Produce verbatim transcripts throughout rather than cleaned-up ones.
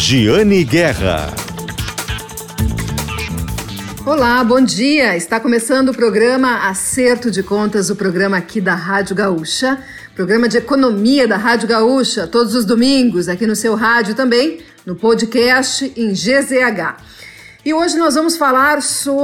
Giane Guerra. Olá, bom dia. Está começando o programa Acerto de Contas, o programa aqui da Rádio Gaúcha, programa de economia da Rádio Gaúcha, todos os domingos, aqui no seu rádio também, no podcast em G Z H. E hoje nós vamos falar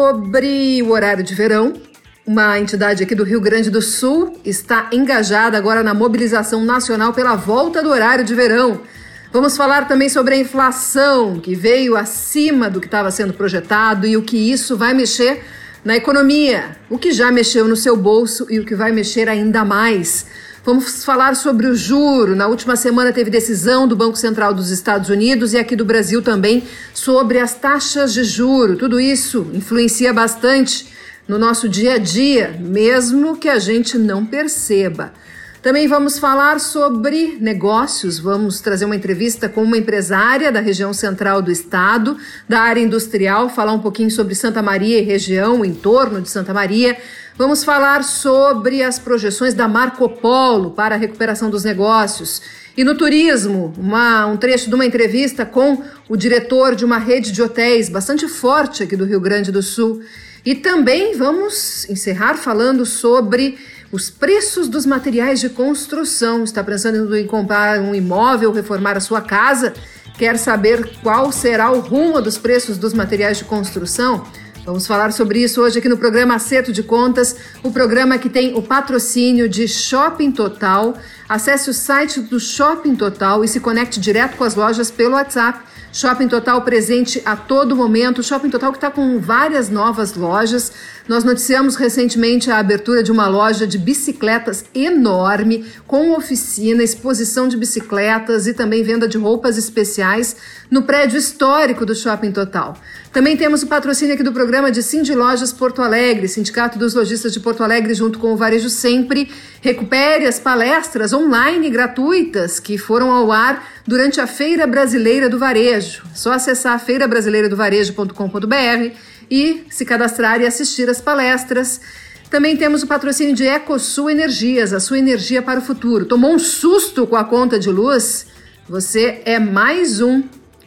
sobre o horário de verão. Uma entidade aqui do Rio Grande do Sul está engajada agora na mobilização nacional pela volta do horário de verão. Vamos falar também sobre a inflação, que veio acima do que estava sendo projetado e o que isso vai mexer na economia, o que já mexeu no seu bolso e o que vai mexer ainda mais. Vamos falar sobre o juro. Na última semana teve decisão do Banco Central dos Estados Unidos e aqui do Brasil também sobre as taxas de juro. Tudo isso influencia bastante no nosso dia a dia, mesmo que a gente não perceba. Também vamos falar sobre negócios, vamos trazer uma entrevista com uma empresária da região central do estado, da área industrial, falar um pouquinho sobre Santa Maria e região, o entorno de Santa Maria. Vamos falar sobre as projeções da Marco Polo para a recuperação dos negócios. E no turismo, uma, um trecho de uma entrevista com o diretor de uma rede de hotéis bastante forte aqui do Rio Grande do Sul. E também vamos encerrar falando sobre os preços dos materiais de construção. Está pensando em comprar um imóvel, reformar a sua casa? Quer saber qual será o rumo dos preços dos materiais de construção? Vamos falar sobre isso hoje aqui no programa Acerto de Contas, o programa que tem o patrocínio de Shopping Total. Acesse o site do Shopping Total e se conecte direto com as lojas pelo WhatsApp. Shopping Total presente a todo momento. Shopping Total que está com várias novas lojas. Nós noticiamos recentemente a abertura de uma loja de bicicletas enorme, com oficina, exposição de bicicletas e também venda de roupas especiais no prédio histórico do Shopping Total. Também temos o patrocínio aqui do programa de Cindy Lojas Porto Alegre, Sindicato dos Lojistas de Porto Alegre, junto com o Varejo Sempre. Recupere as palestras online gratuitas que foram ao ar durante a Feira Brasileira do Varejo. É só acessar feira brasileira do varejo ponto com ponto b r e se cadastrar e assistir às palestras. Também temos o patrocínio de EcoSul Energias, a sua energia para o futuro. Tomou um susto com a conta de luz? Você é mais um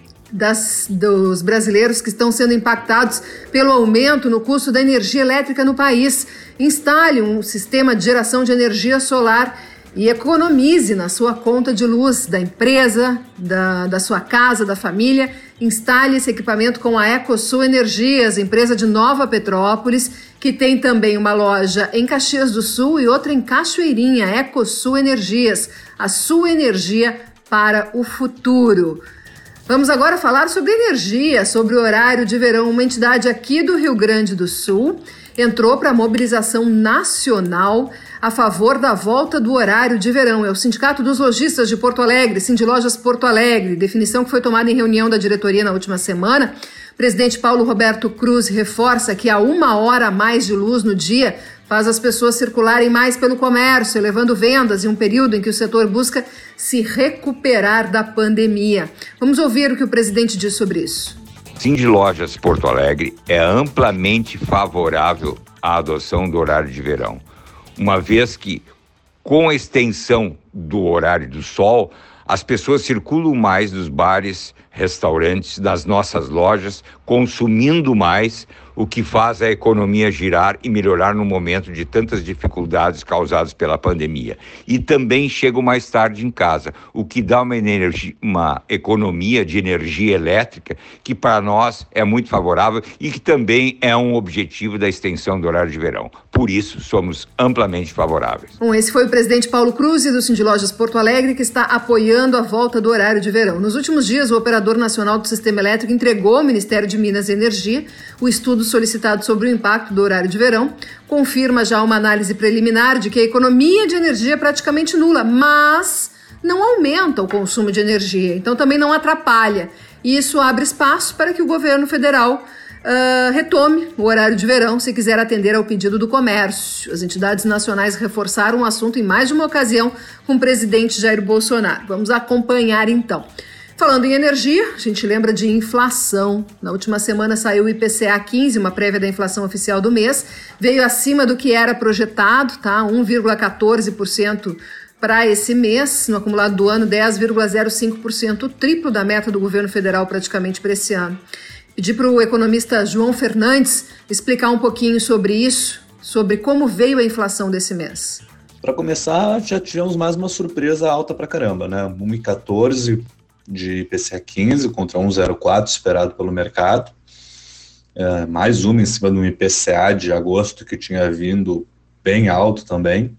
Das, dos brasileiros que estão sendo impactados pelo aumento no custo da energia elétrica no país. Instale um sistema de geração de energia solar e economize na sua conta de luz da empresa, da, da sua casa, da família. Instale esse equipamento com a EcoSul Energias, empresa de Nova Petrópolis, que tem também uma loja em Caxias do Sul e outra em Cachoeirinha. EcoSul Energias, a sua energia para o futuro. Vamos agora falar sobre energia, sobre o horário de verão. Uma entidade aqui do Rio Grande do Sul entrou para a mobilização nacional a favor da volta do horário de verão. É o Sindicato dos Lojistas de Porto Alegre, Cindy Lojas Porto Alegre, definição que foi tomada em reunião da diretoria na última semana. O presidente Paulo Roberto Cruz reforça que há uma hora a mais de luz no dia faz as pessoas circularem mais pelo comércio, elevando vendas em um período em que o setor busca se recuperar da pandemia. Vamos ouvir o que o presidente diz sobre isso. Cindy Lojas Porto Alegre é amplamente favorável à adoção do horário de verão, uma vez que, com a extensão do horário do sol, as pessoas circulam mais nos bares, restaurantes, das nossas lojas, consumindo mais, o que faz a economia girar e melhorar no momento de tantas dificuldades causadas pela pandemia. E também chegam mais tarde em casa, o que dá uma, energia, uma economia de energia elétrica que para nós é muito favorável e que também é um objetivo da extensão do horário de verão. Por isso, somos amplamente favoráveis. Bom, esse foi o presidente Paulo Cruz do Cindy Lojas Porto Alegre, que está apoiando a volta do horário de verão. Nos últimos dias, o Operador Nacional do Sistema Elétrico entregou ao Ministério de Minas e Energia o estudo solicitado sobre o impacto do horário de verão. Confirma já uma análise preliminar de que a economia de energia é praticamente nula, mas não aumenta o consumo de energia, então também não atrapalha. E isso abre espaço para que o governo federal Uh, retome o horário de verão se quiser atender ao pedido do comércio. As entidades nacionais reforçaram o assunto em mais de uma ocasião com o presidente Jair Bolsonaro. Vamos acompanhar então. Falando em energia, a gente lembra de inflação. Na última semana saiu o I P C A quinze, uma prévia da inflação oficial do mês. Veio acima do que era projetado, tá? um vírgula quatorze por cento para esse mês, no acumulado do ano, dez vírgula zero cinco por cento, o triplo da meta do governo federal praticamente para esse ano. Pedi para o economista João Fernandes explicar um pouquinho sobre isso, sobre como veio a inflação desse mês. Para começar, já tivemos mais uma surpresa alta para caramba, né? um vírgula quatorze de I P C A quinze contra um vírgula zero quatro esperado pelo mercado. É, mais uma em cima do I P C A de agosto, que tinha vindo bem alto também.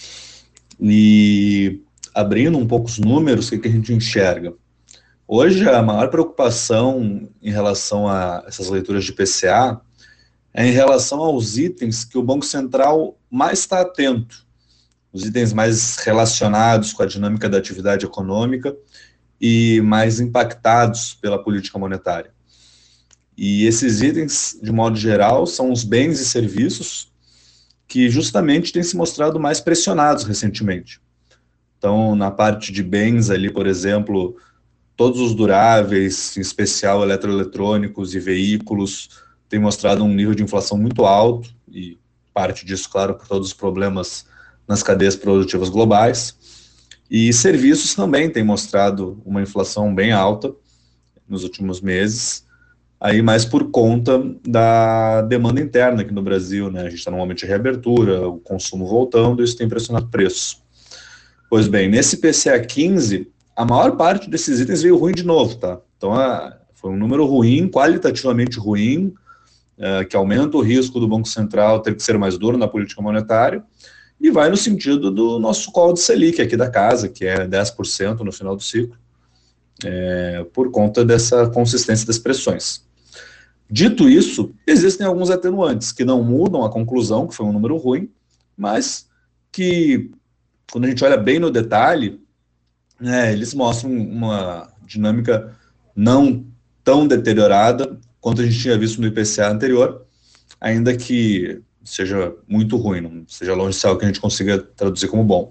E abrindo um pouco os números, o que, que a gente enxerga? Hoje, a maior preocupação em relação a essas leituras de I P C A é em relação aos itens que o Banco Central mais está atento, os itens mais relacionados com a dinâmica da atividade econômica e mais impactados pela política monetária. E esses itens, de modo geral, são os bens e serviços que justamente têm se mostrado mais pressionados recentemente. Então, na parte de bens ali, por exemplo, todos os duráveis, em especial eletroeletrônicos e veículos, têm mostrado um nível de inflação muito alto, e parte disso, claro, por todos os problemas nas cadeias produtivas globais. E serviços também têm mostrado uma inflação bem alta nos últimos meses, aí mais por conta da demanda interna aqui no Brasil, né? A gente está num momento de reabertura, o consumo voltando, isso tem pressionado preços. Pois bem, nesse I P C A quinze, a maior parte desses itens veio ruim de novo, tá? Então, a, foi um número ruim, qualitativamente ruim, é, que aumenta o risco do Banco Central ter que ser mais duro na política monetária, e vai no sentido do nosso call de Selic aqui da casa, que é dez por cento no final do ciclo, é, por conta dessa consistência das pressões. Dito isso, existem alguns atenuantes que não mudam a conclusão, que foi um número ruim, mas que, quando a gente olha bem no detalhe, é, eles mostram uma dinâmica não tão deteriorada quanto a gente tinha visto no I P C A anterior, ainda que seja muito ruim, não seja longe de ser algo que a gente consiga traduzir como bom.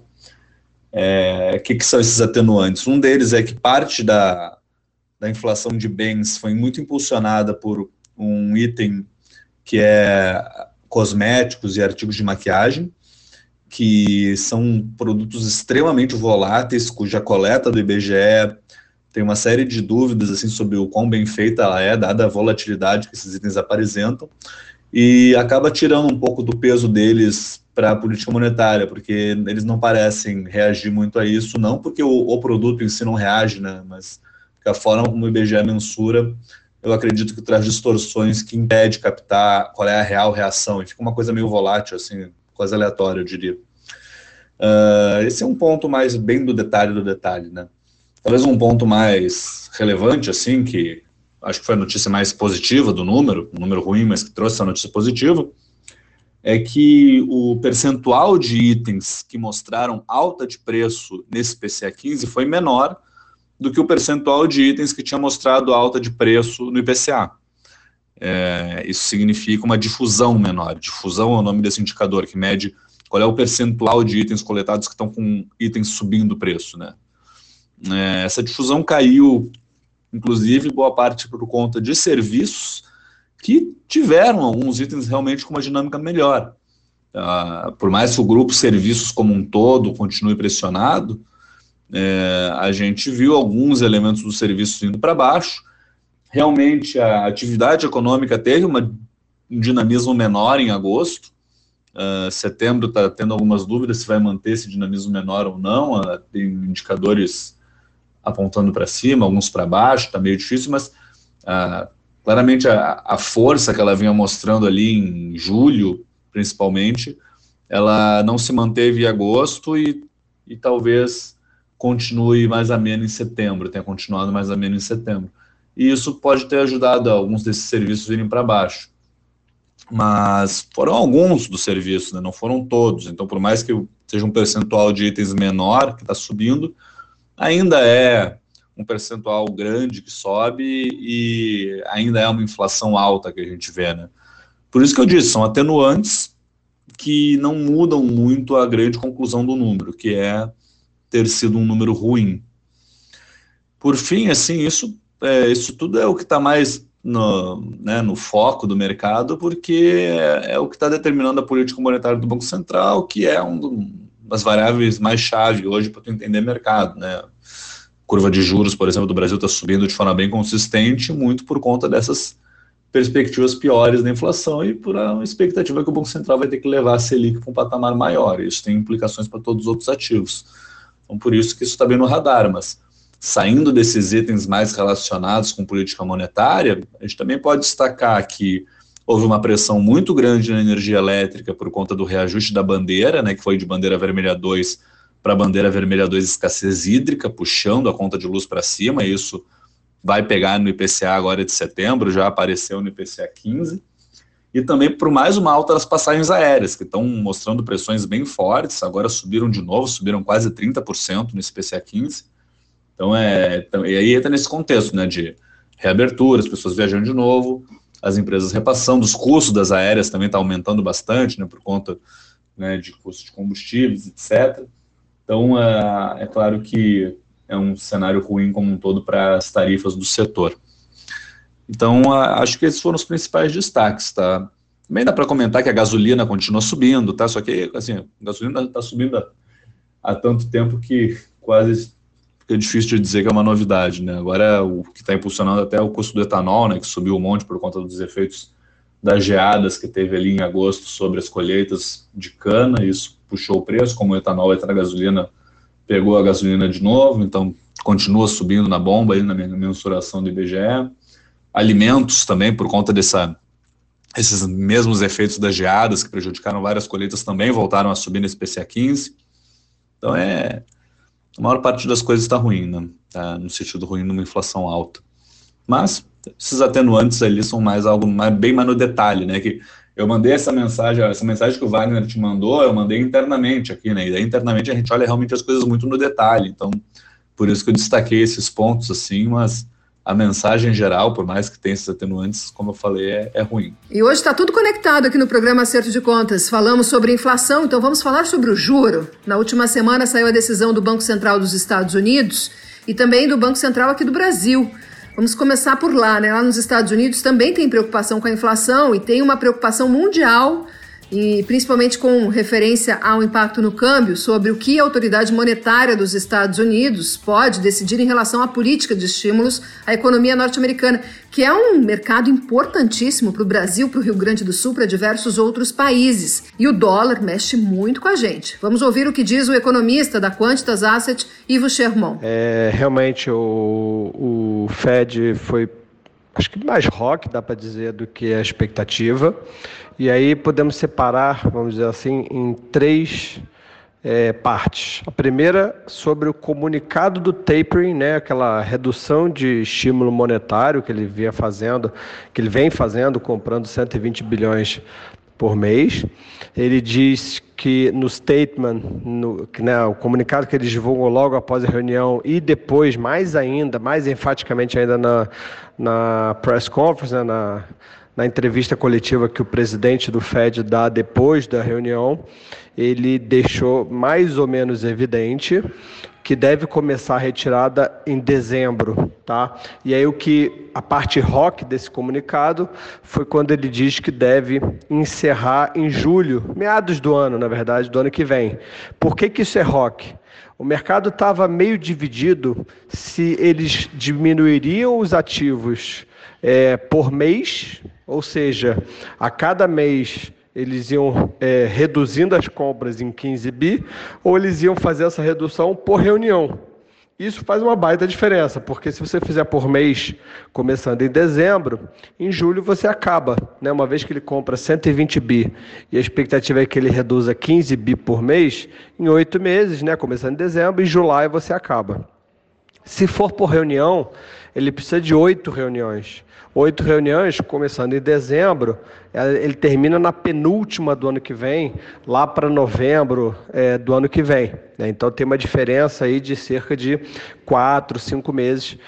É, o que, que são esses atenuantes? Um deles é que parte da, da inflação de bens foi muito impulsionada por um item que é cosméticos e artigos de maquiagem, que são produtos extremamente voláteis, cuja coleta do I B G E tem uma série de dúvidas assim, sobre o quão bem feita ela é, dada a volatilidade que esses itens apresentam, e acaba tirando um pouco do peso deles para a política monetária, porque eles não parecem reagir muito a isso, não porque o, o produto em si não reage, né, mas porque a forma como o I B G E mensura, eu acredito que traz distorções que impede captar qual é a real reação, e fica uma coisa meio volátil, assim, quase aleatória, eu diria. Uh, esse é um ponto mais bem do detalhe do detalhe, né? Talvez um ponto mais relevante, assim, que acho que foi a notícia mais positiva do número, um número ruim, mas que trouxe essa notícia positiva, é que o percentual de itens que mostraram alta de preço nesse I P C A quinze foi menor do que o percentual de itens que tinha mostrado alta de preço no I P C A. É, isso significa uma difusão menor. Difusão é o nome desse indicador, que mede qual é o percentual de itens coletados que estão com itens subindo o preço, né? É, essa difusão caiu, inclusive, boa parte por conta de serviços que tiveram alguns itens realmente com uma dinâmica melhor. Uh, por mais que o grupo serviços como um todo continue pressionado, é, a gente viu alguns elementos dos serviços indo para baixo. Realmente a atividade econômica teve uma, um dinamismo menor em agosto. Uh, setembro está tendo algumas dúvidas se vai manter esse dinamismo menor ou não. Uh, tem indicadores apontando para cima, alguns para baixo, está meio difícil, mas uh, claramente a, a força que ela vinha mostrando ali em julho, principalmente, ela não se manteve em agosto e, e talvez continue mais ameno em setembro, tenha continuado mais ameno em setembro. E isso pode ter ajudado alguns desses serviços a irem para baixo. Mas foram alguns dos serviços, né? Não foram todos. Então, por mais que seja um percentual de itens menor que está subindo, ainda é um percentual grande que sobe e ainda é uma inflação alta que a gente vê, né? Por isso que eu disse, são atenuantes que não mudam muito a grande conclusão do número, que é ter sido um número ruim. Por fim, assim, isso, é, isso tudo é o que está mais no, né, no foco do mercado, porque é, é o que está determinando a política monetária do Banco Central, que é um, das variáveis mais chave hoje para tu entender mercado, né? Curva de juros, por exemplo, do Brasil está subindo de forma bem consistente, muito por conta dessas perspectivas piores da inflação e por uma expectativa que o Banco Central vai ter que levar a Selic para um patamar maior. Isso tem implicações para todos os outros ativos. Então, por isso que isso está bem no radar, mas saindo desses itens mais relacionados com política monetária, a gente também pode destacar que houve uma pressão muito grande na energia elétrica por conta do reajuste da bandeira, né, que foi de bandeira vermelha dois para bandeira vermelha dois escassez hídrica, puxando a conta de luz para cima, e isso vai pegar no I P C A agora de setembro, já apareceu no I P C A quinze, e também por mais uma alta das passagens aéreas, que estão mostrando pressões bem fortes, agora subiram de novo, subiram quase trinta por cento no I P C A quinze, então é, e aí entra nesse contexto, né, de reabertura, as pessoas viajando de novo, as empresas repassando, os custos das aéreas também estão aumentando bastante, né, por conta, né, de custos de combustíveis, etcétera. Então, é, é claro que é um cenário ruim como um todo para as tarifas do setor. Então, a, acho que esses foram os principais destaques, tá? Também dá para comentar que a gasolina continua subindo, tá? Só que, assim, a gasolina está subindo há, há tanto tempo que quase fica difícil de dizer que é uma novidade, né? Agora, o que está impulsionando até é o custo do etanol, né? Que subiu um monte por conta dos efeitos das geadas que teve ali em agosto sobre as colheitas de cana, isso puxou o preço, como o etanol entra na gasolina, pegou a gasolina de novo, então continua subindo na bomba aí na mensuração do I B G E. Alimentos também, por conta dessa, esses mesmos efeitos das geadas que prejudicaram várias colheitas, também voltaram a subir nesse I P C A quinze. Então é, a maior parte das coisas está ruim, né? Tá no sentido ruim numa inflação alta. Mas esses atenuantes ali são mais algo mais, bem mais no detalhe, né? Que eu mandei essa mensagem, essa mensagem que o Wagner te mandou, eu mandei internamente aqui, né? E daí internamente a gente olha realmente as coisas muito no detalhe. Então, por isso que eu destaquei esses pontos, assim, mas a mensagem geral, por mais que tenha esses atenuantes, como eu falei, é, é ruim. E hoje está tudo conectado aqui no programa Acerto de Contas. Falamos sobre inflação, então vamos falar sobre o juro. Na última semana saiu a decisão do Banco Central dos Estados Unidos e também do Banco Central aqui do Brasil. Vamos começar por lá, né? Lá nos Estados Unidos também tem preocupação com a inflação e tem uma preocupação mundial, e principalmente com referência ao impacto no câmbio, sobre o que a autoridade monetária dos Estados Unidos pode decidir em relação à política de estímulos à economia norte-americana, que é um mercado importantíssimo para o Brasil, para o Rio Grande do Sul, para diversos outros países. E o dólar mexe muito com a gente. Vamos ouvir o que diz o economista da Quantitas Asset, Ivo Schermon. É, realmente o, o Fed foi, acho que mais rock, dá para dizer, do que a expectativa. E aí podemos separar, vamos dizer assim, em três é, partes. A primeira sobre o comunicado do tapering, né, aquela redução de estímulo monetário que ele vinha fazendo, que ele vem fazendo, comprando cento e vinte bilhões por mês. Ele diz que no statement, no, né, o comunicado que eles divulgam logo após a reunião e depois, mais ainda, mais enfaticamente ainda na, na press conference, né, na Na entrevista coletiva que o presidente do Fed dá depois da reunião, ele deixou mais ou menos evidente que deve começar a retirada em dezembro, tá? E aí o que a parte rock desse comunicado foi quando ele diz que deve encerrar em julho, meados do ano, na verdade, do ano que vem. Por que que isso é rock? O mercado estava meio dividido se eles diminuiriam os ativos é, por mês, ou seja, a cada mês eles iam é, reduzindo as compras em quinze bi, ou eles iam fazer essa redução por reunião. Isso faz uma baita diferença, porque se você fizer por mês, começando em dezembro, em julho você acaba, né? Uma vez que ele compra cento e vinte bi e a expectativa é que ele reduza quinze bi por mês, em oito meses, né? Começando em dezembro, em julho você acaba. Se for por reunião, ele precisa de oito reuniões. Oito reuniões, começando em dezembro, ele termina na penúltima do ano que vem, lá para novembro é, do ano que vem. Né? Então tem uma diferença aí de cerca de quatro, cinco meses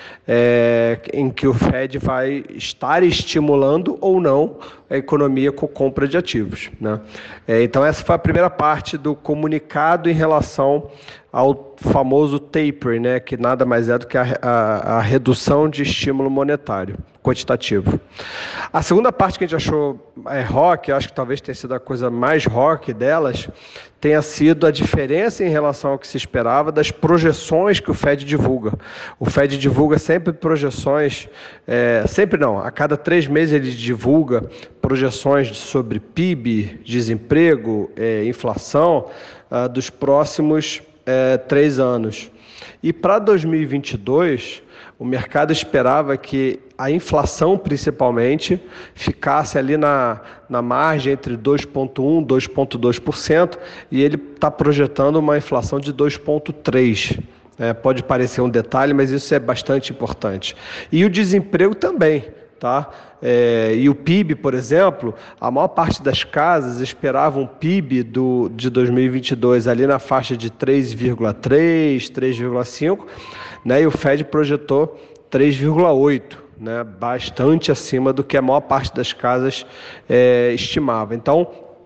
é, em que o Fed vai estar estimulando ou não a economia com compra de ativos. Né? É, então essa foi a primeira parte do comunicado em relação ao famoso taper, né, que nada mais é do que a, a, a redução de estímulo monetário. quantitativo. A segunda parte que a gente achou é, rock, acho que talvez tenha sido a coisa mais rock delas, tenha sido a diferença em relação ao que se esperava das projeções que o Fed divulga. O Fed divulga sempre projeções, é, sempre não, a cada três meses ele divulga projeções sobre P I B, desemprego, é, inflação, ah, dos próximos é, três anos. E para dois mil e vinte e dois, o mercado esperava que a inflação, principalmente, ficasse ali na, na margem entre dois vírgula um por cento e dois vírgula dois por cento, e ele está projetando uma inflação de dois vírgula três por cento. É, pode parecer um detalhe, mas isso é bastante importante. E o desemprego também. Tá? É, e o P I B, por exemplo, a maior parte das casas esperava um P I B do, de dois mil e vinte e dois ali na faixa de três vírgula três, três vírgula cinco, né? E o Fed projetou três vírgula oito, né? Bastante acima do que a maior parte das casas é, estimava. Então,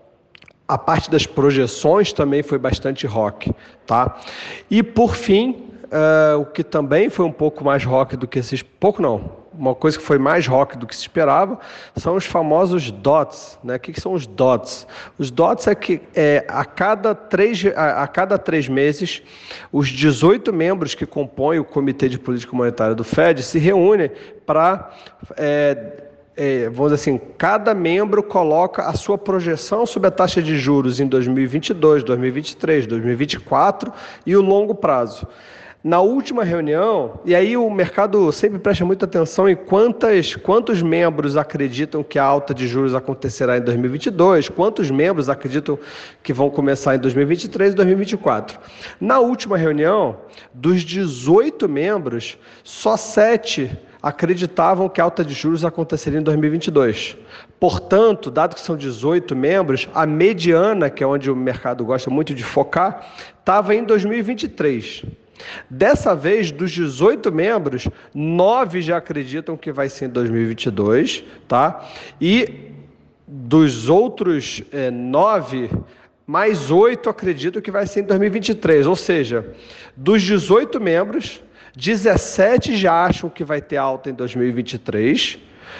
a parte das projeções também foi bastante rock. Tá? E, por fim, uh, o que também foi um pouco mais rock do que se... Pouco não. Uma coisa que foi mais rock do que se esperava são os famosos dots, né? O que, que são os dots? Os dots é que é, a, cada três, a, a cada três meses, os dezoito membros que compõem o Comitê de Política Monetária do Fed se reúnem para, é, é, vamos dizer assim, cada membro coloca a sua projeção sobre a taxa de juros em dois mil e vinte e dois, dois mil e vinte e três, dois mil e vinte e quatro e o longo prazo. Na última reunião, e aí o mercado sempre presta muita atenção em quantas, quantos membros acreditam que a alta de juros acontecerá em dois mil e vinte e dois, quantos membros acreditam que vão começar em dois mil e vinte e três e dois mil e vinte e quatro. Na última reunião, dos dezoito membros, só sete acreditavam que a alta de juros aconteceria em dois mil e vinte e dois. Portanto, dado que são dezoito membros, a mediana, que é onde o mercado gosta muito de focar, estava em dois mil e vinte e três. Dessa vez, dos dezoito membros, nove já acreditam que vai ser em dois mil e vinte e dois, tá? E dos outros é, nove, mais oito acreditam que vai ser em dois mil e vinte e três. Ou seja, dos dezoito membros, dezessete já acham que vai ter alta em dois mil e vinte e três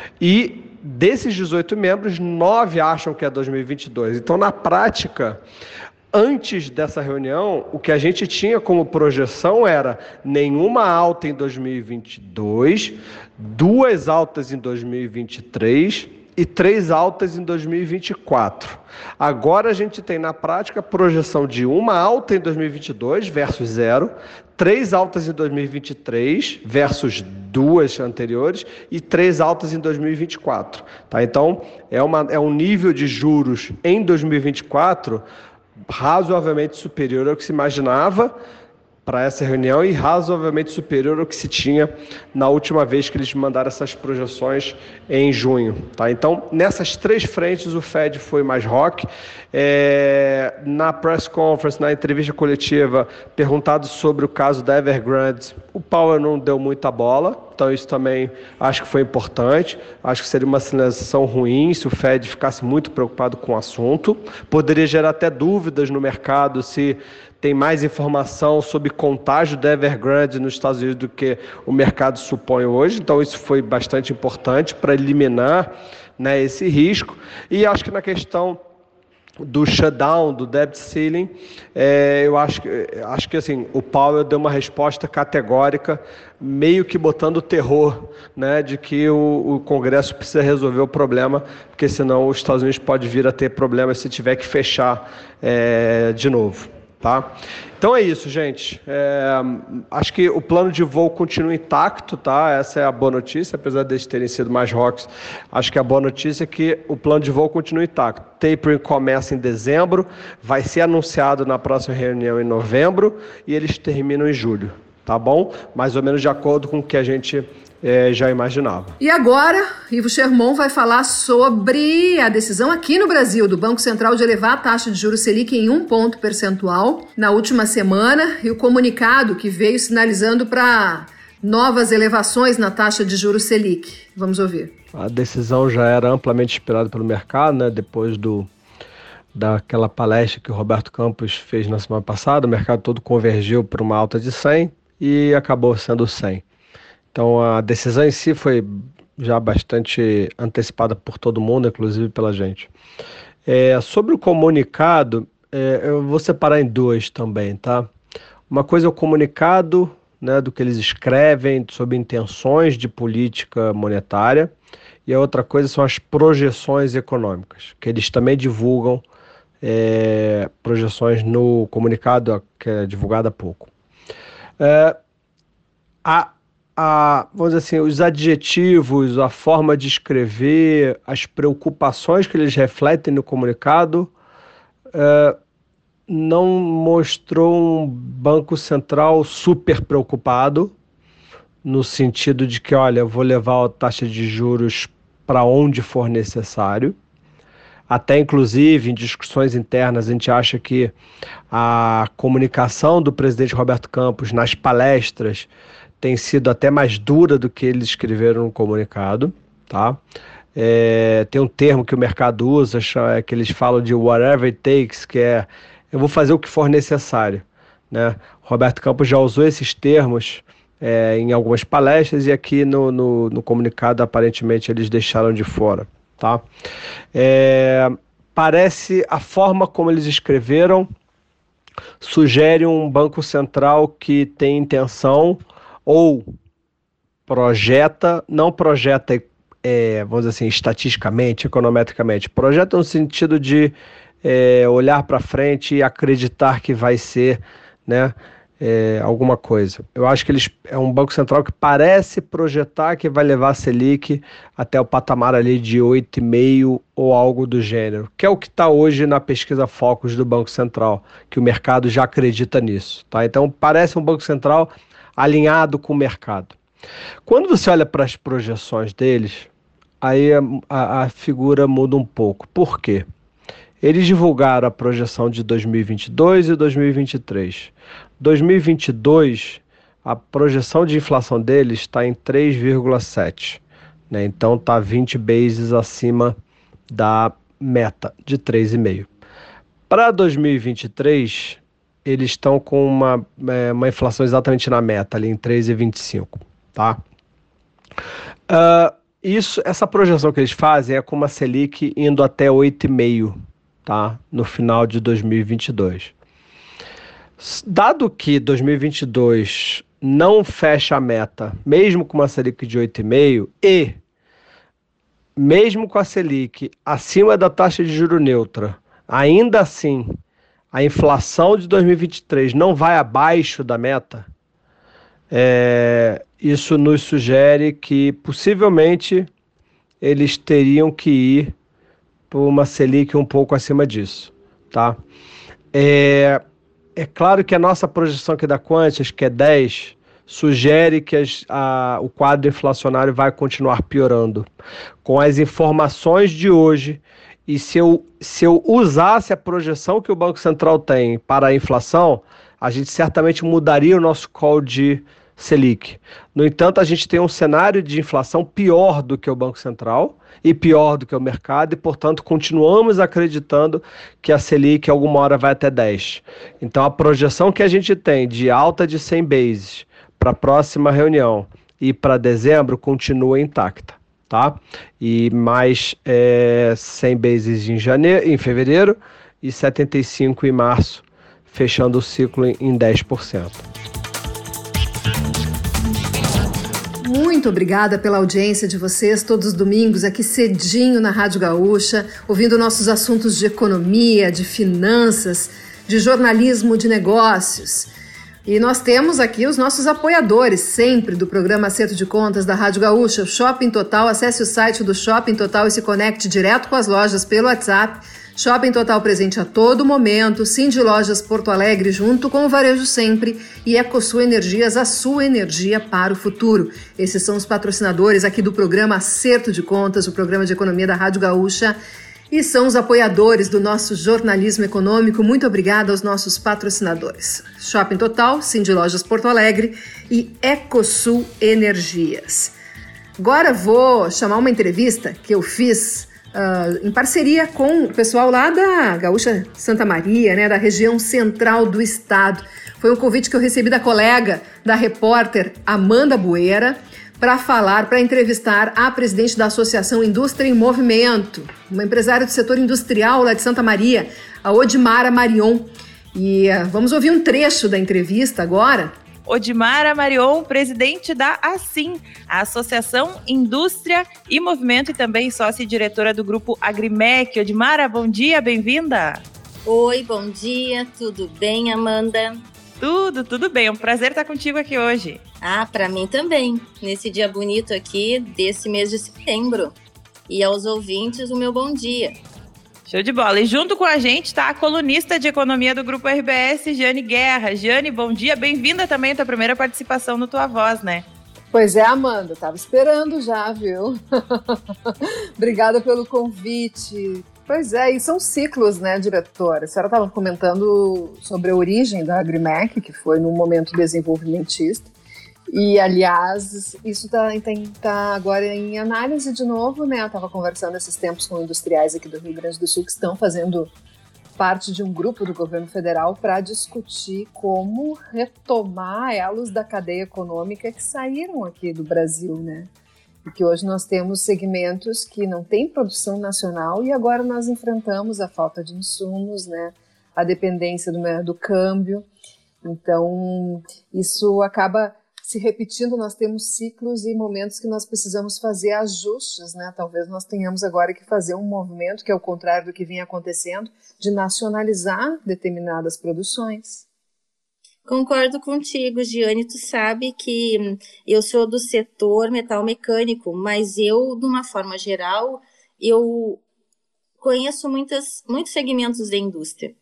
e desses dezoito membros, nove acham que é dois mil e vinte e dois. Então, na prática, antes dessa reunião, o que a gente tinha como projeção era nenhuma alta em dois mil e vinte e dois, duas altas em dois mil e vinte e três e três altas em dois mil e vinte e quatro. Agora a gente tem na prática a projeção de uma alta em dois mil e vinte e dois versus zero, três altas em dois mil e vinte e três versus duas anteriores e três altas em dois mil e vinte e quatro. Tá? Então, é, uma, é um nível de juros em dois mil e vinte e quatro razoavelmente superior ao que se imaginava para essa reunião e razoavelmente superior ao que se tinha na última vez que eles mandaram essas projeções em junho. Tá? Então, nessas três frentes, o Fed foi mais rock. É, na press conference, na entrevista coletiva, perguntado sobre o caso da Evergrande, o Powell não deu muita bola, então isso também acho que foi importante. Acho que seria uma sinalização ruim se o Fed ficasse muito preocupado com o assunto. Poderia gerar até dúvidas no mercado se tem mais informação sobre contágio da Evergrande nos Estados Unidos do que o mercado supõe hoje. Então isso foi bastante importante para eliminar, né, esse risco. E acho que na questão do shutdown, do debt ceiling, é, eu acho que, acho que assim, o Powell deu uma resposta categórica, meio que botando terror, né, de que o, o Congresso precisa resolver o problema, porque senão os Estados Unidos pode vir a ter problemas se tiver que fechar é, de novo. Tá? Então é isso, gente. É, acho que o plano de voo continua intacto, tá? Essa é a boa notícia, apesar deles terem sido mais rocks. Acho que a boa notícia é que o plano de voo continua intacto. Tapering começa em dezembro, vai ser anunciado na próxima reunião em novembro e eles terminam em julho, tá bom? Mais ou menos de acordo com o que a gente É, já imaginava. E agora, Ivo Sherman vai falar sobre a decisão aqui no Brasil do Banco Central de elevar a taxa de juros Selic em um ponto percentual na última semana e o comunicado que veio sinalizando para novas elevações na taxa de juros Selic. Vamos ouvir. A decisão já era amplamente esperada pelo mercado, né? Depois do, daquela palestra que o Roberto Campos fez na semana passada, o mercado todo convergiu para uma alta de cem e acabou sendo cem. Então, a decisão em si foi já bastante antecipada por todo mundo, inclusive pela gente. É, sobre o comunicado, é, eu vou separar em duas também, tá? Uma coisa é o comunicado, né, do que eles escrevem sobre intenções de política monetária, e a outra coisa são as projeções econômicas, que eles também divulgam, é, projeções no comunicado que é divulgado há pouco. É, a, a, vamos dizer assim, os adjetivos, a forma de escrever, as preocupações que eles refletem no comunicado, é, não mostrou um Banco Central super preocupado, no sentido de que, olha, eu vou levar a taxa de juros para onde for necessário. Até, inclusive, em discussões internas, a gente acha que a comunicação do presidente Roberto Campos nas palestras tem sido até mais dura do que eles escreveram no comunicado, tá? É, tem um termo que o mercado usa, que eles falam de whatever it takes, que é eu vou fazer o que for necessário, né? Roberto Campos já usou esses termos é, em algumas palestras e aqui no, no, no comunicado aparentemente eles deixaram de fora, tá? É, parece a forma como eles escreveram sugere um Banco Central que tem intenção ou projeta, não projeta, é, vamos dizer assim, estatisticamente, econometricamente, projeta no sentido de É, olhar para frente e acreditar que vai ser, né, é, alguma coisa. Eu acho que eles é um Banco Central que parece projetar que vai levar a Selic até o patamar ali de oito vírgula cinco ou algo do gênero, que é o que está hoje na pesquisa Focus do Banco Central, que o mercado já acredita nisso, tá? Então parece um Banco Central alinhado com o mercado. Quando você olha para as projeções deles, aí a, a, a figura muda um pouco. Por quê? Eles divulgaram a projeção de dois mil e vinte e dois e dois mil e vinte e três. dois mil e vinte e dois, a projeção de inflação deles está em três vírgula sete, né? Então está vinte bases acima da meta de três vírgula cinco. Para dois mil e vinte e três, eles estão com uma, é, uma inflação exatamente na meta, ali em três vírgula vinte e cinco, tá? Uh, isso, essa projeção que eles fazem é com uma Selic indo até oito vírgula cinco. Tá? No final de dois mil e vinte e dois. Dado que dois mil e vinte e dois não fecha a meta, mesmo com uma Selic de oito vírgula cinco e mesmo com a Selic acima da taxa de juro neutra, ainda assim a inflação de dois mil e vinte e três não vai abaixo da meta, é, isso nos sugere que possivelmente eles teriam que ir por uma Selic um pouco acima disso, tá? É, é claro que a nossa projeção aqui da Quantias, que é dez, sugere que as, a, o quadro inflacionário vai continuar piorando. Com as informações de hoje, e se eu, se eu usasse a projeção que o Banco Central tem para a inflação, a gente certamente mudaria o nosso call de Selic. No entanto, a gente tem um cenário de inflação pior do que o Banco Central e pior do que o mercado e, portanto, continuamos acreditando que a Selic alguma hora vai até dez. Então, a projeção que a gente tem de alta de cem bases para a próxima reunião e para dezembro continua intacta, tá? E mais é, cem bases em, janeiro, em fevereiro e setenta e cinco em março, fechando o ciclo em, em dez por cento. Muito obrigada pela audiência de vocês todos os domingos aqui cedinho na Rádio Gaúcha, ouvindo nossos assuntos de economia, de finanças, de jornalismo de negócios. E nós temos aqui os nossos apoiadores sempre do programa Acerto de Contas da Rádio Gaúcha, o Shopping Total. Acesse o site do Shopping Total e se conecte direto com as lojas pelo WhatsApp. Shopping Total presente a todo momento, Cindy Lojas Porto Alegre junto com o Varejo Sempre e EcoSul Energias, a sua energia para o futuro. Esses são os patrocinadores aqui do programa Acerto de Contas, o programa de economia da Rádio Gaúcha, e são os apoiadores do nosso jornalismo econômico. Muito obrigada aos nossos patrocinadores. Shopping Total, Cindy Lojas Porto Alegre e EcoSul Energias. Agora vou chamar uma entrevista que eu fiz uh, em parceria com o pessoal lá da Gaúcha Santa Maria, né, da região central do estado. Foi um convite que eu recebi da colega, da repórter Amanda Bueira, para falar, para entrevistar a presidente da Associação Indústria em Movimento, uma empresária do setor industrial lá de Santa Maria, a Odimara Marion. E uh, vamos ouvir um trecho da entrevista agora. Odimara Marion, presidente da ASIM, a Associação Indústria e Movimento, e também sócia e diretora do grupo Agrimec. Odimara, bom dia, bem-vinda. Oi, bom dia, tudo bem, Amanda? Tudo, tudo bem, é um prazer estar contigo aqui hoje. Ah, para mim também, nesse dia bonito aqui desse mês de setembro. E aos ouvintes, o meu bom dia. Show de bola. E junto com a gente está a colunista de economia do Grupo R B S, Jane Guerra. Jane, bom dia, bem-vinda também à tua primeira participação no Tua Voz, né? Pois é, Amanda, estava esperando já, viu? Obrigada pelo convite. Pois é, e são ciclos, né, diretora? A senhora estava comentando sobre a origem da Agrimec, que foi num momento desenvolvimentista. E, aliás, isso está tá agora em análise de novo, né? Eu estava conversando esses tempos com industriais aqui do Rio Grande do Sul que estão fazendo parte de um grupo do governo federal para discutir como retomar elos da cadeia econômica que saíram aqui do Brasil, né? Porque hoje nós temos segmentos que não têm produção nacional e agora nós enfrentamos a falta de insumos, né? A dependência do, do câmbio. Então, isso acaba se repetindo, nós temos ciclos e momentos que nós precisamos fazer ajustes, né? Talvez nós tenhamos agora que fazer um movimento, que é o contrário do que vinha acontecendo, de nacionalizar determinadas produções. Concordo contigo, Giane, tu sabe que eu sou do setor metal mecânico, mas eu, de uma forma geral, eu conheço muitas, muitos segmentos da indústria.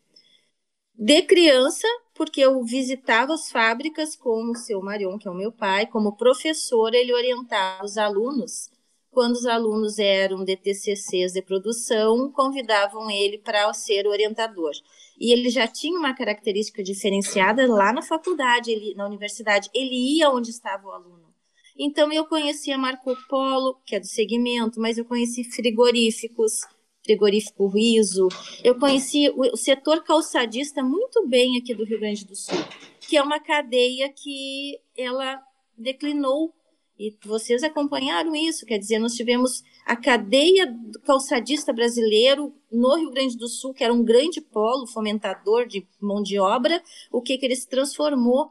De criança, porque eu visitava as fábricas com o seu Marion, que é o meu pai, como professor, ele orientava os alunos. Quando os alunos eram de T C Cs de produção, convidavam ele para ser orientador. E ele já tinha uma característica diferenciada lá na faculdade, ele, na universidade, ele ia onde estava o aluno. Então eu conhecia Marco Polo, que é do segmento, mas eu conheci frigoríficos, frigorífico Riso, eu conheci o, o setor calçadista muito bem aqui do Rio Grande do Sul, que é uma cadeia que ela declinou. E vocês acompanharam isso, quer dizer, nós tivemos a cadeia do calçadista brasileiro no Rio Grande do Sul, que era um grande polo fomentador de mão de obra, o que, que ele se transformou.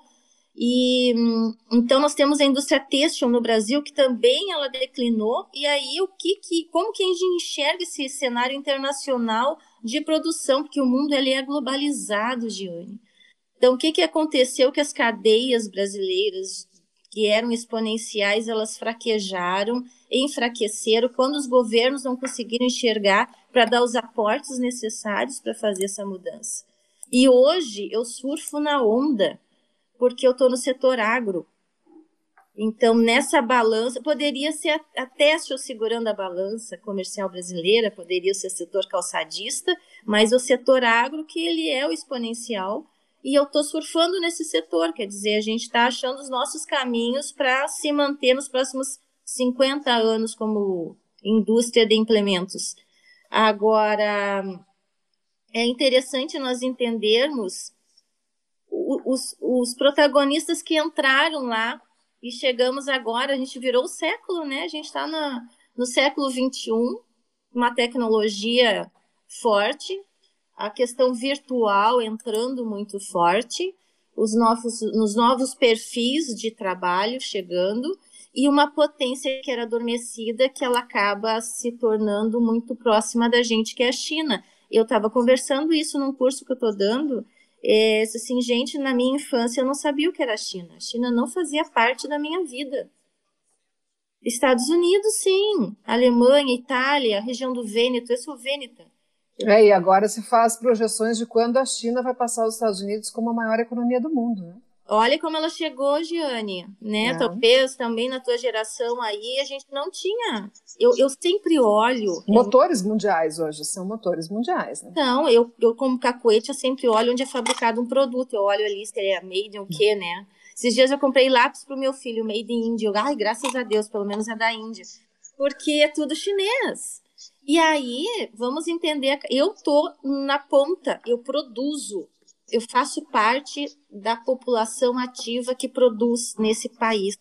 E então nós temos a indústria têxtil no Brasil, que também ela declinou, e aí o que, que, como que a gente enxerga esse cenário internacional de produção, porque o mundo ele é globalizado, Giane. Então o que, que aconteceu? Que as cadeias brasileiras, que eram exponenciais, elas fraquejaram, enfraqueceram, quando os governos não conseguiram enxergar para dar os aportes necessários para fazer essa mudança. E hoje eu surfo na onda, porque eu estou no setor agro. Então, nessa balança, poderia ser até se eu segurando a balança comercial brasileira, poderia ser o setor calçadista, mas o setor agro, que ele é o exponencial, e eu estou surfando nesse setor, quer dizer, a gente está achando os nossos caminhos para se manter nos próximos cinquenta anos como indústria de implementos. Agora, é interessante nós entendermos os, os protagonistas que entraram lá e chegamos agora, a gente virou o século, né? A gente está no século vinte e um, uma tecnologia forte, a questão virtual entrando muito forte, os novos, nos novos perfis de trabalho chegando e uma potência que era adormecida que ela acaba se tornando muito próxima da gente, que é a China. Eu estava conversando isso num curso que eu estou dando, é, assim, gente, na minha infância eu não sabia o que era a China. A China não fazia parte da minha vida. Estados Unidos, sim. Alemanha, Itália, região do Vêneto, eu sou vêneta. É, e agora se faz projeções de quando a China vai passar os Estados Unidos como a maior economia do mundo, né? Olha como ela chegou, Giane, né? É. Talvez também na tua geração aí a gente não tinha. Eu, eu sempre olho... Motores eu... mundiais hoje, são motores mundiais, né? Não, eu, eu como cacoete, eu sempre olho onde é fabricado um produto. Eu olho ali se é made in o quê, né? Esses dias eu comprei lápis pro meu filho, made in Índia. Ai, graças a Deus, pelo menos é da Índia. Porque é tudo chinês. E aí, vamos entender, eu estou na ponta, eu produzo, eu faço parte da população ativa que produz nesse país.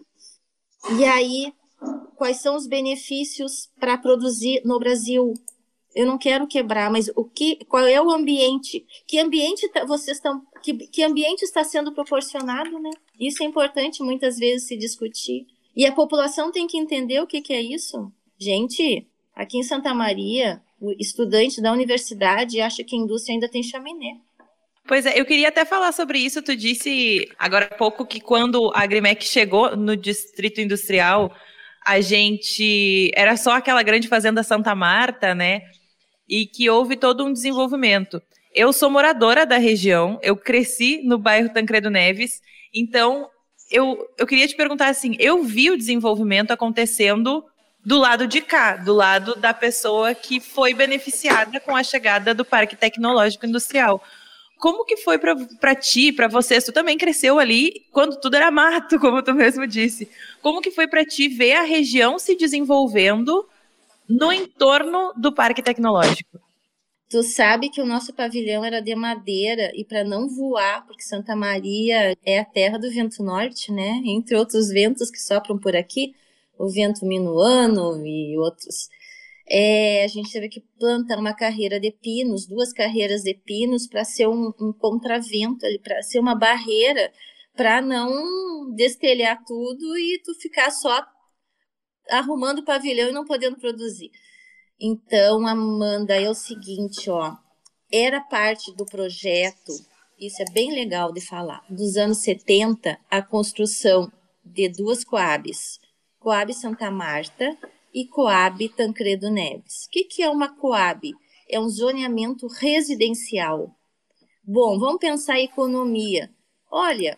E aí, quais são os benefícios para produzir no Brasil? Eu não quero quebrar, mas o que, qual é o ambiente? Que ambiente tá, vocês estão, que, que ambiente está sendo proporcionado, né? Isso é importante muitas vezes se discutir. E a população tem que entender o que, que é isso. Gente, aqui em Santa Maria, o estudante da universidade acha que a indústria ainda tem chaminé. Pois é, eu queria até falar sobre isso. Tu disse agora há pouco que quando a Agrimec chegou no Distrito Industrial, a gente era só aquela grande fazenda Santa Marta, né? E que houve todo um desenvolvimento. Eu sou moradora da região, eu cresci no bairro Tancredo Neves, então eu, eu queria te perguntar assim, eu vi o desenvolvimento acontecendo do lado de cá, do lado da pessoa que foi beneficiada com a chegada do Parque Tecnológico Industrial. Como que foi para ti, para vocês? Tu também cresceu ali quando tudo era mato, como tu mesmo disse. Como que foi para ti ver a região se desenvolvendo no entorno do Parque Tecnológico? Tu sabe que o nosso pavilhão era de madeira e para não voar, porque Santa Maria é a terra do vento norte, né? Entre outros ventos que sopram por aqui, o vento minuano e outros. É, a gente teve que plantar uma carreira de pinos, duas carreiras de pinos para ser um, um contravento, para ser uma barreira, para não destelhar tudo e tu ficar só arrumando o pavilhão e não podendo produzir. Então, Amanda, é o seguinte, ó, era parte do projeto, isso é bem legal de falar, dos anos setenta, a construção de duas Coabs, Coab Santa Marta e Coab Tancredo Neves. O que, que é uma Coab? É um zoneamento residencial. Bom, vamos pensar em economia. Olha,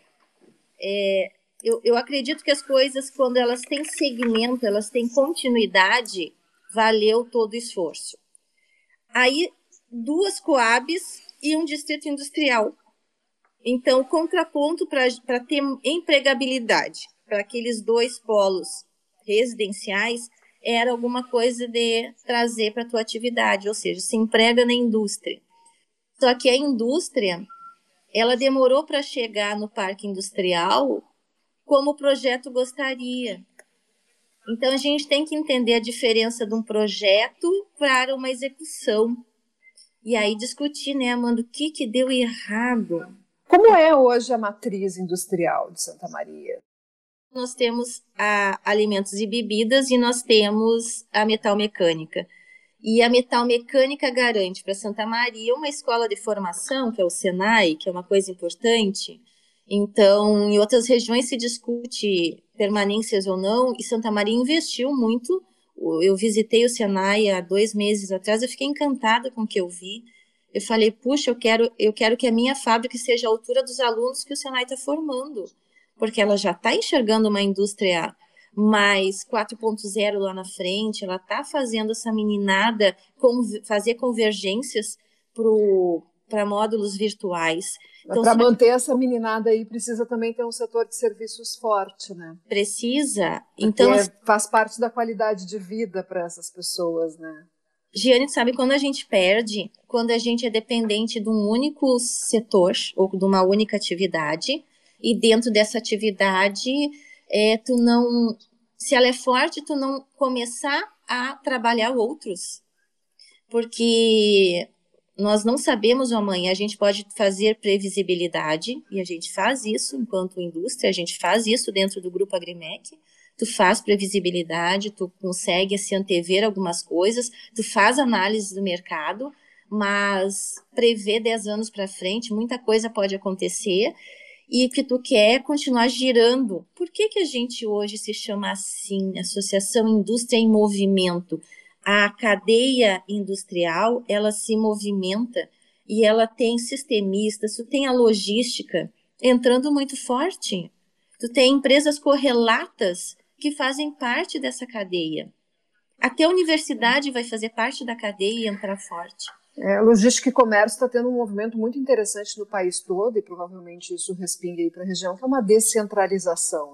é, eu, eu acredito que as coisas, quando elas têm segmento, elas têm continuidade, valeu todo o esforço. Aí, duas Coabs e um distrito industrial. Então, contraponto para ter empregabilidade para aqueles dois polos residenciais era alguma coisa de trazer para a tua atividade, ou seja, se emprega na indústria. Só que a indústria, ela demorou para chegar no parque industrial como o projeto gostaria. Então, a gente tem que entender a diferença de um projeto para uma execução. E aí discutir, né, Amanda, o que, que deu errado. Como é hoje a matriz industrial de Santa Maria? Nós temos a alimentos e bebidas e nós temos a metalmecânica. E a metalmecânica garante para Santa Maria uma escola de formação, que é o Senai, que é uma coisa importante. Então, em outras regiões se discute permanências ou não, e Santa Maria investiu muito. Eu visitei o Senai há dois meses atrás, eu fiquei encantada com o que eu vi. Eu falei, puxa, eu quero, eu quero que a minha fábrica seja à altura dos alunos que o Senai está formando, porque ela já está enxergando uma indústria mais quatro ponto zero lá na frente, ela está fazendo essa meninada fazer convergências para módulos virtuais. Então, para manter essa meninada aí, precisa também ter um setor de serviços forte, né? Precisa. Porque então faz parte da qualidade de vida para essas pessoas, né? Giane, sabe quando a gente perde? Quando a gente é dependente de um único setor ou de uma única atividade, e dentro dessa atividade, é, tu não, se ela é forte, tu não começar a trabalhar outros. Porque nós não sabemos o amanhã, a gente pode fazer previsibilidade, e a gente faz isso enquanto indústria, a gente faz isso dentro do Grupo Agrimec, tu faz previsibilidade, tu consegue se antever algumas coisas, tu faz análise do mercado, mas prever dez anos para frente, muita coisa pode acontecer, e o que tu quer é continuar girando. Por que que a gente hoje se chama assim, Associação Indústria em Movimento? A cadeia industrial, ela se movimenta e ela tem sistemistas, tu tem a logística entrando muito forte, tu tem empresas correlatas que fazem parte dessa cadeia. Até a universidade vai fazer parte da cadeia e entrar forte. É, logística e comércio está tendo um movimento muito interessante no país todo, e provavelmente isso respinga aí para a região, que é uma descentralização, né?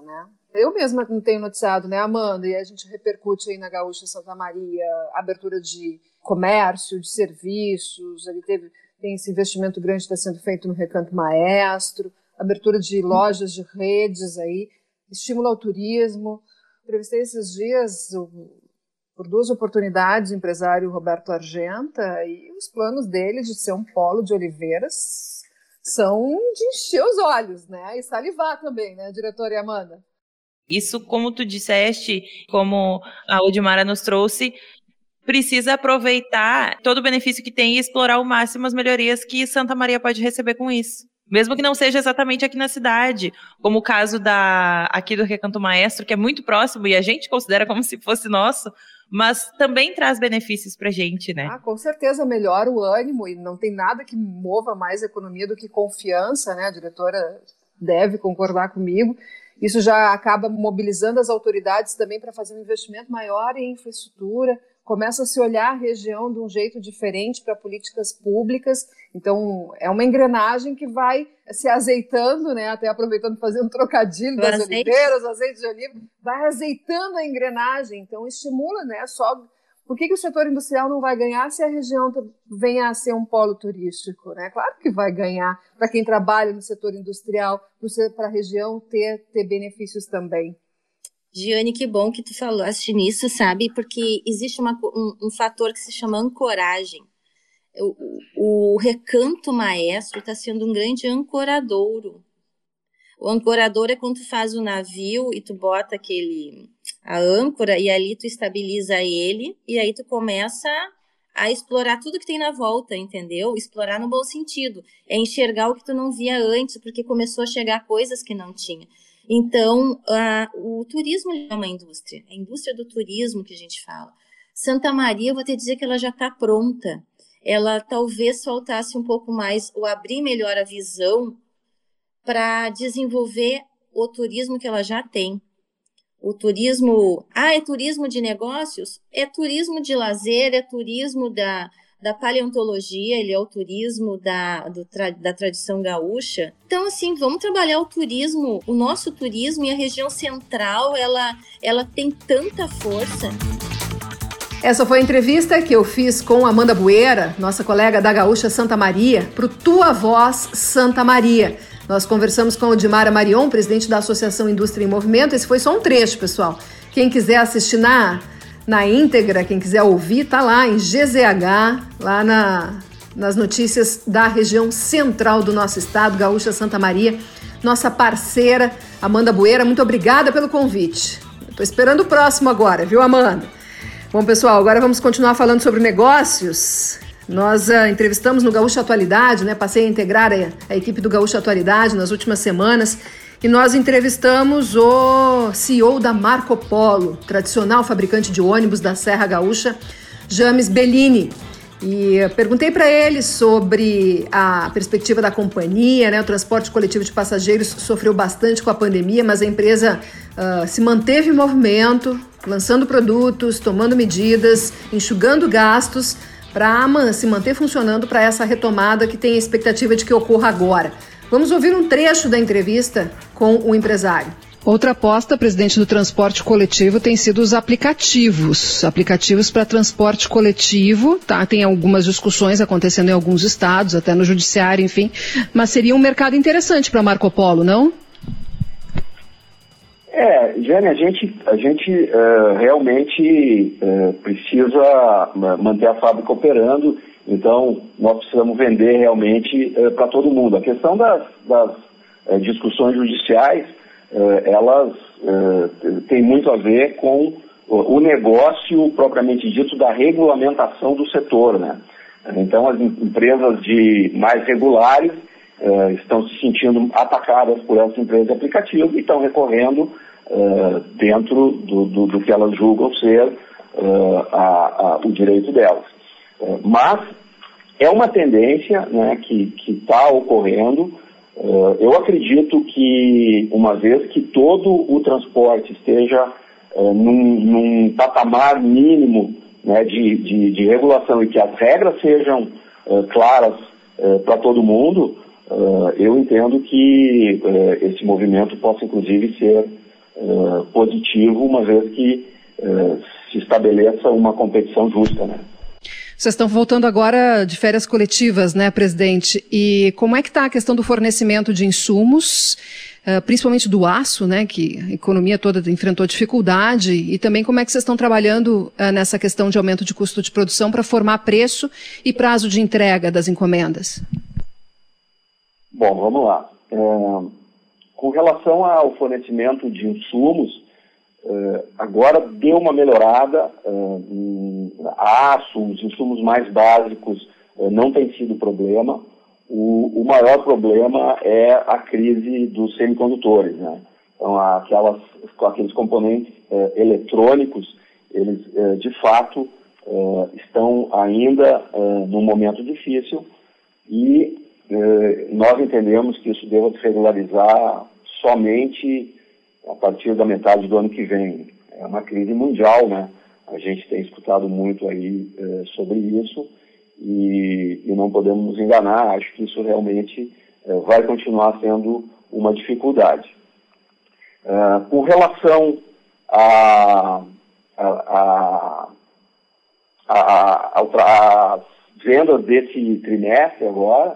Eu mesma não tenho noticiado, né, Amanda? E a gente repercute aí na Gaúcha Santa Maria, abertura de comércio, de serviços, ali teve, tem esse investimento grande que está sendo feito no Recanto Maestro, abertura de lojas de redes aí, estímulo ao turismo. Entrevistei esses dias, por duas oportunidades, o empresário Roberto Argenta, e os planos dele de ser um polo de oliveiras são de encher os olhos, né? E salivar também, né, diretora Amanda? Isso, como tu disseste, como a Odmara nos trouxe, precisa aproveitar todo o benefício que tem e explorar ao máximo as melhorias que Santa Maria pode receber com isso. Mesmo que não seja exatamente aqui na cidade, como o caso da, aqui do Recanto Maestro, que é muito próximo e a gente considera como se fosse nosso, mas também traz benefícios para a gente, né? Ah, com certeza melhora o ânimo e não tem nada que mova mais a economia do que confiança, né? A diretora deve concordar comigo. Isso já acaba mobilizando as autoridades também para fazer um investimento maior em infraestrutura, começa a se olhar a região de um jeito diferente para políticas públicas. Então, é uma engrenagem que vai se azeitando, né? Até aproveitando para fazer um trocadilho das azeite. oliveiras, o azeite de oliva, vai azeitando a engrenagem, então estimula, né? Só por que, que o setor industrial não vai ganhar se a região venha a ser um polo turístico, né? Claro que vai ganhar para quem trabalha no setor industrial, para a região ter, ter benefícios também. Giane, que bom que tu falaste nisso, sabe? Porque existe uma, um, um fator que se chama ancoragem. O, o Recanto Maestro está sendo um grande ancoradouro. O ancorador é quando tu faz o navio e tu bota aquele, a âncora e ali tu estabiliza ele e aí tu começa a explorar tudo que tem na volta, entendeu? Explorar no bom sentido. É enxergar o que tu não via antes, porque começou a chegar coisas que não tinha. Então, uh, o turismo é uma indústria. É a indústria do turismo que a gente fala. Santa Maria, eu vou te dizer que ela já está pronta. Ela talvez faltasse um pouco mais, ou abrir melhor a visão para desenvolver o turismo que ela já tem. O turismo... Ah, é turismo de negócios? É turismo de lazer, é turismo da, da paleontologia, ele é o turismo da, do, da tradição gaúcha. Então, assim, vamos trabalhar o turismo, o nosso turismo, e a região central, ela, ela tem tanta força. Essa foi a entrevista que eu fiz com Amanda Bueira, nossa colega da Gaúcha Santa Maria, para o Tua Voz Santa Maria. Nós conversamos com a Odmara Marion, presidente da Associação Indústria em Movimento. Esse foi só um trecho, pessoal. Quem quiser assistir na, na íntegra, quem quiser ouvir, tá lá em G Z H, lá na, nas notícias da região central do nosso estado, Gaúcha Santa Maria. Nossa parceira, Amanda Bueira, muito obrigada pelo convite. Estou esperando o próximo agora, viu, Amanda? Bom, pessoal, agora vamos continuar falando sobre negócios. Nós uh, entrevistamos no Gaúcha Atualidade, né? Passei a integrar a, a equipe do Gaúcha Atualidade nas últimas semanas e nós entrevistamos o C E O da Marco Polo, tradicional fabricante de ônibus da Serra Gaúcha, James Bellini. E perguntei para ele sobre a perspectiva da companhia, né? O transporte coletivo de passageiros sofreu bastante com a pandemia, mas a empresa uh, se manteve em movimento, lançando produtos, tomando medidas, enxugando gastos para se manter funcionando para essa retomada que tem a expectativa de que ocorra agora. Vamos ouvir um trecho da entrevista com o empresário. Outra aposta, presidente, do transporte coletivo tem sido os aplicativos. Aplicativos para transporte coletivo, tá? Tem algumas discussões acontecendo em alguns estados, até no judiciário, enfim. Mas seria um mercado interessante para Marco Polo, não? É, Jane, a gente, a gente uh, realmente uh, precisa manter a fábrica operando, então nós precisamos vender realmente uh, para todo mundo. A questão das, das uh, discussões judiciais, uh, elas uh, têm muito a ver com o, o negócio propriamente dito da regulamentação do setor, né? Então as empresas de mais regulares Uh, estão se sentindo atacadas por essas empresas de aplicativo e estão recorrendo uh, dentro do, do, do que elas julgam ser uh, a, a, o direito delas. Uh, mas é uma tendência, né, que está ocorrendo. Uh, eu acredito que, uma vez que todo o transporte esteja uh, num, num patamar mínimo, né, de, de, de regulação e que as regras sejam uh, claras uh, para todo mundo, Uh, eu entendo que uh, esse movimento possa, inclusive, ser uh, positivo, uma vez que uh, se estabeleça uma competição justa, né? Vocês estão voltando agora de férias coletivas, né, presidente? E como é que está a questão do fornecimento de insumos, uh, principalmente do aço, né, que a economia toda enfrentou dificuldade, e também como é que vocês estão trabalhando uh, nessa questão de aumento de custo de produção para formar preço e prazo de entrega das encomendas? Bom, vamos lá. É, com relação ao fornecimento de insumos, é, agora deu uma melhorada, é, em aço, os insumos mais básicos é, não tem sido problema. O, o maior problema é a crise dos semicondutores, né? Então, aquelas, aqueles componentes é, eletrônicos, eles é, de fato é, estão ainda é, num momento difícil e nós entendemos que isso deva se regularizar somente a partir da metade do ano que vem. É uma crise mundial, né? A gente tem escutado muito aí é, sobre isso e, e não podemos nos enganar. Acho que isso realmente é, vai continuar sendo uma dificuldade. É, com relação a, a, a, a, a, às vendas desse trimestre agora,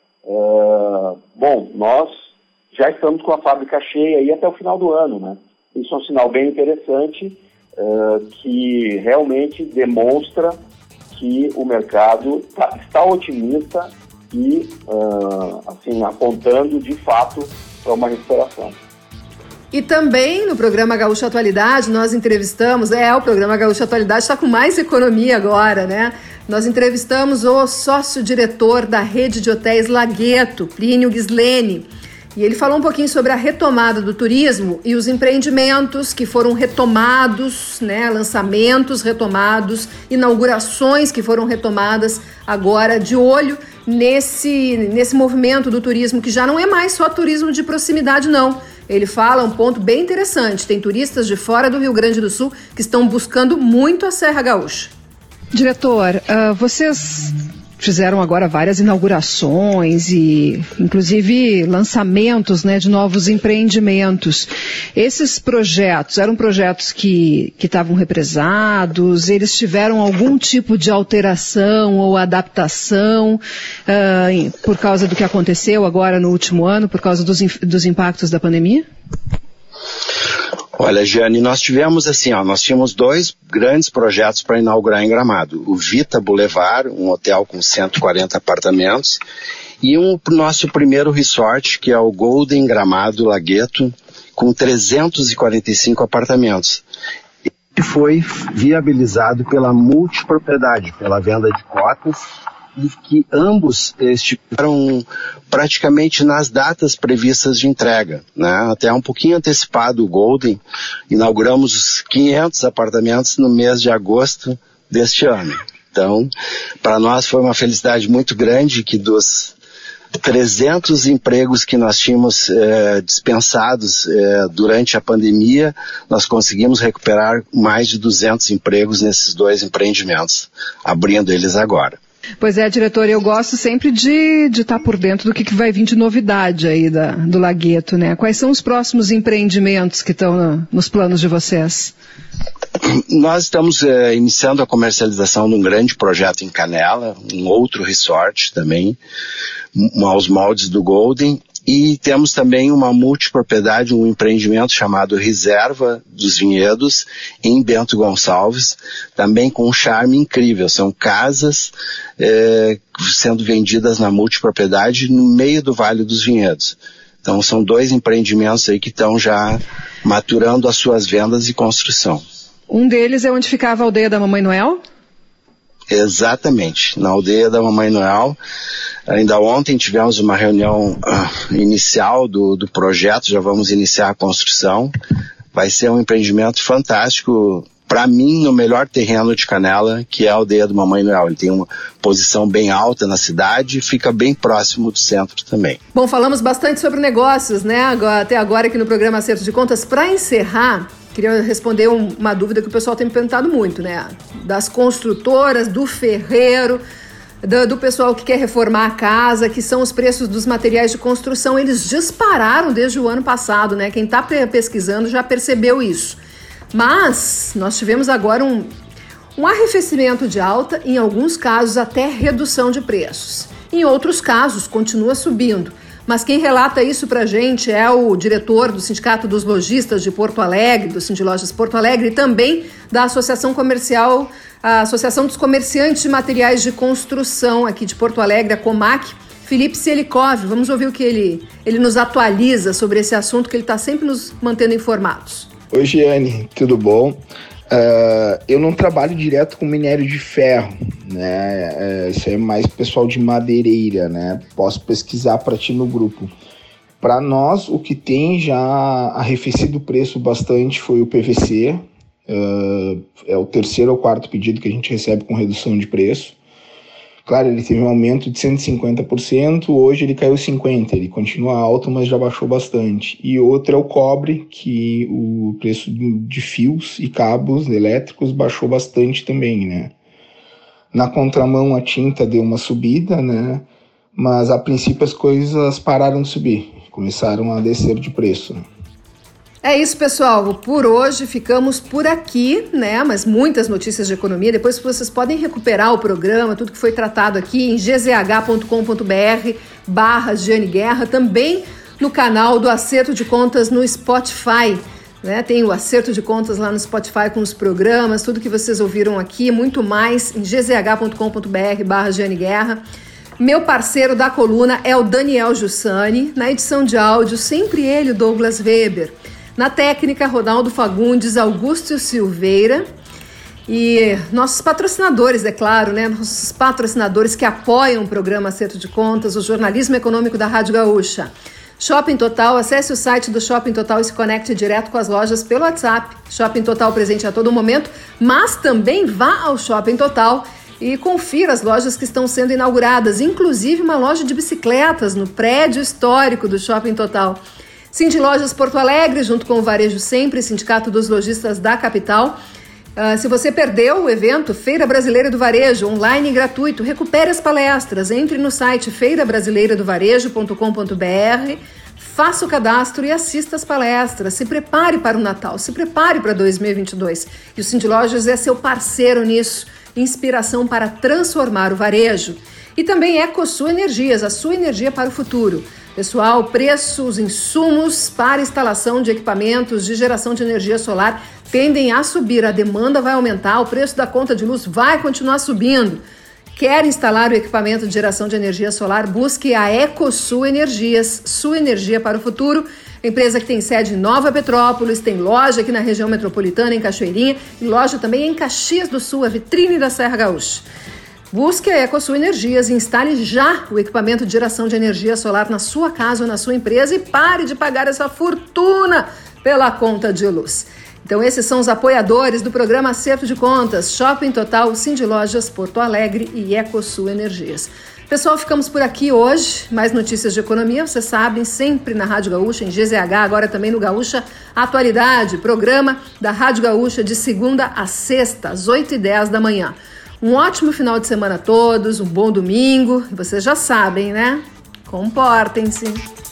Uh, bom, nós já estamos com a fábrica cheia aí até o final do ano, né? Isso é um sinal bem interessante, uh, que realmente demonstra que o mercado tá, está otimista e, uh, assim, apontando de fato para uma recuperação. E também no programa Gaúcho Atualidade nós entrevistamos, é, o programa Gaúcho Atualidade está com mais economia agora, né? Nós entrevistamos o sócio-diretor da rede de hotéis Lagueto, Plínio Ghislene, e ele falou um pouquinho sobre a retomada do turismo e os empreendimentos que foram retomados, né, lançamentos retomados, inaugurações que foram retomadas agora de olho nesse, nesse movimento do turismo, que já não é mais só turismo de proximidade, não. Ele fala um ponto bem interessante, tem turistas de fora do Rio Grande do Sul que estão buscando muito a Serra Gaúcha. Diretor, uh, vocês fizeram agora várias inaugurações e, inclusive, lançamentos, né, de novos empreendimentos. Esses projetos eram projetos que que estavam represados? Eles tiveram algum tipo de alteração ou adaptação uh, por causa do que aconteceu agora no último ano, por causa dos, dos impactos da pandemia? Olha, Jane, nós tivemos assim, ó, nós tínhamos dois grandes projetos para inaugurar em Gramado. O Vita Boulevard, um hotel com cento e quarenta apartamentos, e um nosso primeiro resort, que é o Golden Gramado Lagueto, com trezentos e quarenta e cinco apartamentos. E foi viabilizado pela multipropriedade, pela venda de cotas, e que ambos estiveram praticamente nas datas previstas de entrega, né? Até um pouquinho antecipado o Golden, inauguramos os quinhentos apartamentos no mês de agosto deste ano. Então, para nós foi uma felicidade muito grande que dos trezentos empregos que nós tínhamos eh, dispensados eh, durante a pandemia, nós conseguimos recuperar mais de duzentos empregos nesses dois empreendimentos, abrindo eles agora. Pois é, diretor, eu gosto sempre de de estar por dentro do que, que vai vir de novidade aí da, do Lagueto, né? Quais são os próximos empreendimentos que estão no, nos planos de vocês? Nós estamos é, iniciando a comercialização de um grande projeto em Canela, um outro resort também, um, aos moldes do Golden. E temos também uma multipropriedade, um empreendimento chamado Reserva dos Vinhedos, em Bento Gonçalves, também com um charme incrível. São casas é, sendo vendidas na multipropriedade no meio do Vale dos Vinhedos. Então são dois empreendimentos aí que estão já maturando as suas vendas e construção. Um deles é onde ficava a aldeia da Mamãe Noel? Exatamente, na aldeia da Mamãe Noel. Ainda ontem tivemos uma reunião uh, inicial do, do projeto, já vamos iniciar a construção. Vai ser um empreendimento fantástico, para mim, no melhor terreno de Canela, que é a aldeia do Mamãe Noel. Ele tem uma posição bem alta na cidade e fica bem próximo do centro também. Bom, falamos bastante sobre negócios, né? Agora, até agora aqui no programa Acerto de Contas. Para encerrar, queria responder um, uma dúvida que o pessoal tem me perguntado muito, né? Das construtoras, do ferreiro. do, do pessoal que quer reformar a casa, que são os preços dos materiais de construção. Eles dispararam desde o ano passado, né? Quem está pesquisando já percebeu isso. Mas nós tivemos agora um, um arrefecimento de alta, em alguns casos até redução de preços. Em outros casos, continua subindo. Mas quem relata isso para a gente é o diretor do Sindicato dos Lojistas de Porto Alegre, do Sindilojas Porto Alegre, e também da Associação Comercial, a Associação dos Comerciantes de Materiais de Construção aqui de Porto Alegre, a Comac, Felipe Selikov. Vamos ouvir o que ele, ele nos atualiza sobre esse assunto, que ele está sempre nos mantendo informados. Oi, Giane, tudo bom? Uh, eu não trabalho direto com minério de ferro, né? Uh, isso é mais pessoal de madeireira, né? Posso pesquisar para ti no grupo. Para nós, o que tem já arrefecido o preço bastante foi o P V C. Uh, é o terceiro ou quarto pedido que a gente recebe com redução de preço. Claro, ele teve um aumento de cento e cinquenta por cento, hoje ele caiu cinquenta por cento, ele continua alto, mas já baixou bastante. E outro é o cobre, que o preço de fios e cabos elétricos baixou bastante também, né? Na contramão, a tinta deu uma subida, né? Mas a princípio as coisas pararam de subir, começaram a descer de preço, né? É isso, pessoal. Por hoje ficamos por aqui, né? Mas muitas notícias de economia. Depois vocês podem recuperar o programa, tudo que foi tratado aqui em g z h ponto com ponto b r barra Giane Guerra, também no canal do Acerto de Contas no Spotify. Né? Tem o Acerto de Contas lá no Spotify com os programas, tudo que vocês ouviram aqui, muito mais em g z h ponto com ponto b r barra Giane Guerra. Meu parceiro da coluna é o Daniel Jussani. Na edição de áudio, sempre ele, o Douglas Weber. Na técnica, Ronaldo Fagundes, Augusto Silveira. E nossos patrocinadores, é claro, né? Nossos patrocinadores que apoiam o programa Acerto de Contas, o jornalismo econômico da Rádio Gaúcha. Shopping Total, acesse o site do Shopping Total e se conecte direto com as lojas pelo WhatsApp. Shopping Total presente a todo momento, mas também vá ao Shopping Total e confira as lojas que estão sendo inauguradas, inclusive uma loja de bicicletas no prédio histórico do Shopping Total. Sindilojas Porto Alegre, junto com o Varejo Sempre, Sindicato dos Lojistas da Capital. Uh, se você perdeu o evento Feira Brasileira do Varejo, online e gratuito, recupere as palestras, entre no site feira brasileira do varejo ponto com ponto b r, faça o cadastro e assista as palestras. Se prepare para o Natal, se prepare para dois mil e vinte e dois. E o Sindilojas é seu parceiro nisso, inspiração para transformar o varejo. E também EcoSul Energias, a sua energia para o futuro. Pessoal, preços, insumos para instalação de equipamentos de geração de energia solar tendem a subir. A demanda vai aumentar, o preço da conta de luz vai continuar subindo. Quer instalar o equipamento de geração de energia solar? Busque a EcoSul Energias, sua energia para o futuro. Empresa que tem sede em Nova Petrópolis, tem loja aqui na região metropolitana, em Cachoeirinha, e loja também em Caxias do Sul, a vitrine da Serra Gaúcha. Busque a EcoSul Energias e instale já o equipamento de geração de energia solar na sua casa ou na sua empresa e pare de pagar essa fortuna pela conta de luz. Então esses são os apoiadores do programa Acerto de Contas, Shopping Total, Sindilojas Porto Alegre e EcoSul Energias. Pessoal, ficamos por aqui hoje. Mais notícias de economia, vocês sabem, sempre na Rádio Gaúcha, em G Z H, agora também no Gaúcha Atualidade, programa da Rádio Gaúcha de segunda a sexta, às oito e dez da manhã. Um ótimo final de semana a todos, um bom domingo. Vocês já sabem, né? Comportem-se.